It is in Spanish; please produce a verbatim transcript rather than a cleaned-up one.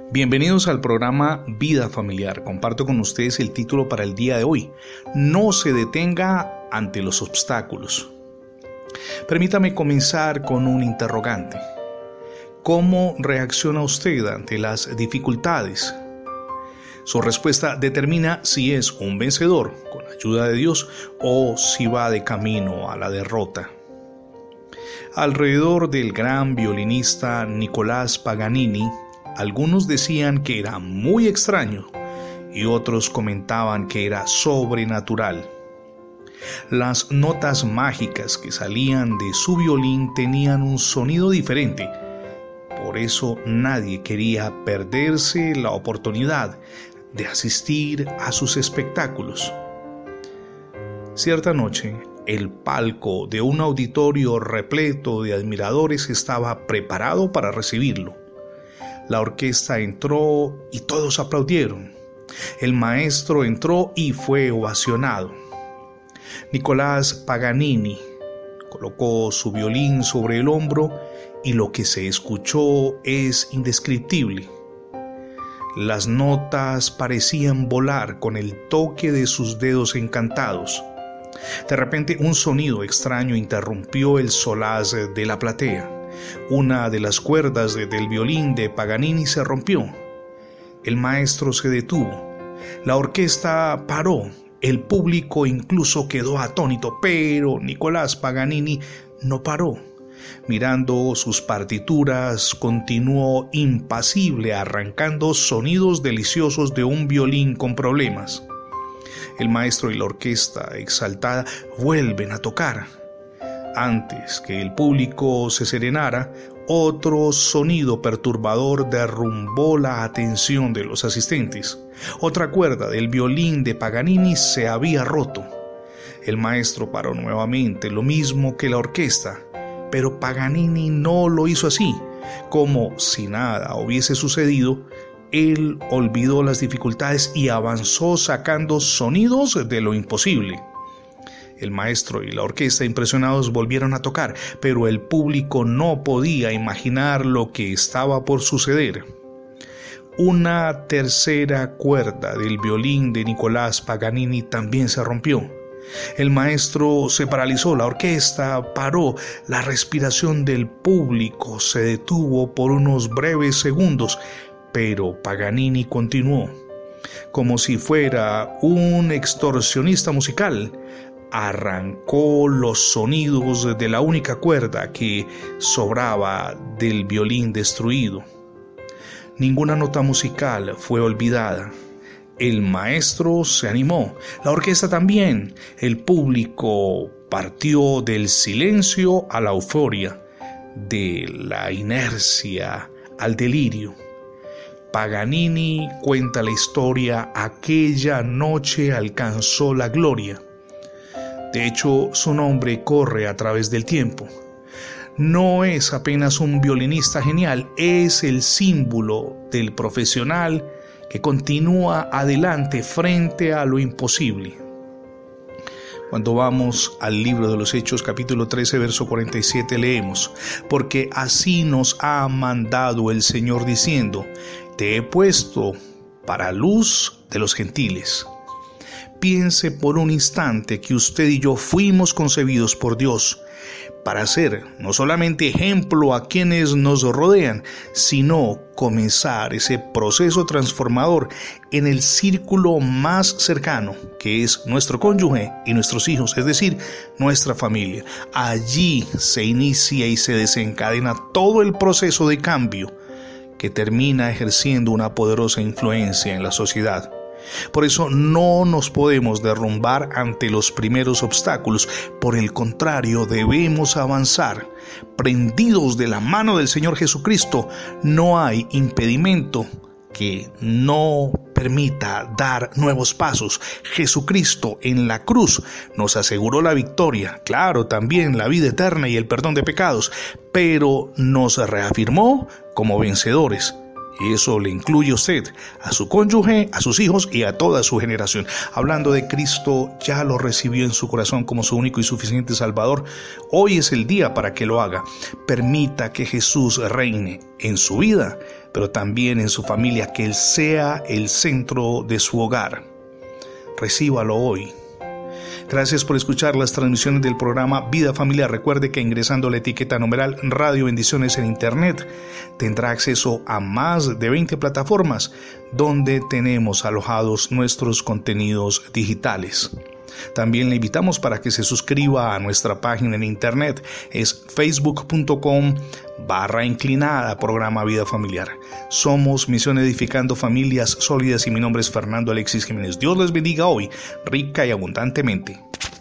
Bienvenidos al programa Vida Familiar. Comparto con ustedes el título para el día de hoy. No se detenga ante los obstáculos. Permítame comenzar con un interrogante. ¿Cómo reacciona usted ante las dificultades? Su respuesta determina si es un vencedor con la ayuda de Dios o si va de camino a la derrota. Alrededor del gran violinista Nicolás Paganini, algunos decían que era muy extraño y otros comentaban que era sobrenatural. Las notas mágicas que salían de su violín tenían un sonido diferente. Por eso nadie quería perderse la oportunidad de asistir a sus espectáculos. Cierta noche, el palco de un auditorio repleto de admiradores estaba preparado para recibirlo. La orquesta entró y todos aplaudieron. El maestro entró y fue ovacionado. Nicolás Paganini colocó su violín sobre el hombro y lo que se escuchó es indescriptible. Las notas parecían volar con el toque de sus dedos encantados. De repente un sonido extraño interrumpió el solaz de la platea. Una de las cuerdas de, del violín de Paganini se rompió. El maestro se detuvo. La orquesta paró. El público incluso quedó atónito, pero Nicolás Paganini no paró. Mirando sus partituras, continuó impasible, arrancando sonidos deliciosos de un violín con problemas. El maestro y la orquesta, exaltada, vuelven a tocar. Antes que el público se serenara, otro sonido perturbador derrumbó la atención de los asistentes. Otra cuerda del violín de Paganini se había roto. El maestro paró nuevamente, lo mismo que la orquesta, pero Paganini no lo hizo así. Como si nada hubiese sucedido, él olvidó las dificultades y avanzó sacando sonidos de lo imposible. El maestro y la orquesta, impresionados, volvieron a tocar, pero el público no podía imaginar lo que estaba por suceder. Una tercera cuerda del violín de Nicolás Paganini también se rompió. El maestro se paralizó, la orquesta paró, la respiración del público se detuvo por unos breves segundos, pero Paganini continuó. Como si fuera un extorsionista musical, arrancó los sonidos de la única cuerda que sobraba del violín destruido. Ninguna nota musical fue olvidada. El maestro se animó, la orquesta también. El público partió del silencio a la euforia, de la inercia al delirio. Paganini cuenta la historia: aquella noche alcanzó la gloria. De hecho, su nombre corre a través del tiempo. No es apenas un violinista genial, es el símbolo del profesional que continúa adelante frente a lo imposible. Cuando vamos al libro de los Hechos, capítulo trece, verso cuarenta y siete, leemos: porque así nos ha mandado el Señor diciendo, te he puesto para luz de los gentiles. Piense por un instante que usted y yo fuimos concebidos por Dios para ser no solamente ejemplo a quienes nos rodean, sino comenzar ese proceso transformador en el círculo más cercano, que es nuestro cónyuge y nuestros hijos, es decir, nuestra familia. Allí se inicia y se desencadena todo el proceso de cambio que termina ejerciendo una poderosa influencia en la sociedad. Por eso no nos podemos derrumbar ante los primeros obstáculos. Por el contrario, debemos avanzar. Prendidos de la mano del Señor Jesucristo, no hay impedimento que no permita dar nuevos pasos. Jesucristo en la cruz nos aseguró la victoria, claro, también la vida eterna y el perdón de pecados, pero nos reafirmó como vencedores. Eso le incluye a usted, a su cónyuge, a sus hijos y a toda su generación. Hablando de Cristo, ya lo recibió en su corazón como su único y suficiente Salvador. Hoy es el día para que lo haga. Permita que Jesús reine en su vida, pero también en su familia, que Él sea el centro de su hogar. Recíbalo hoy. Gracias por escuchar las transmisiones del programa Vida Familiar. Recuerde que ingresando la etiqueta numeral Radio Bendiciones en Internet tendrá acceso a más de veinte plataformas donde tenemos alojados nuestros contenidos digitales. También le invitamos para que se suscriba a nuestra página en internet. Es facebook.com barra inclinada programa Vida Familiar. Somos Misión Edificando Familias Sólidas y mi nombre es Fernando Alexis Jiménez. Dios les bendiga hoy, rica y abundantemente.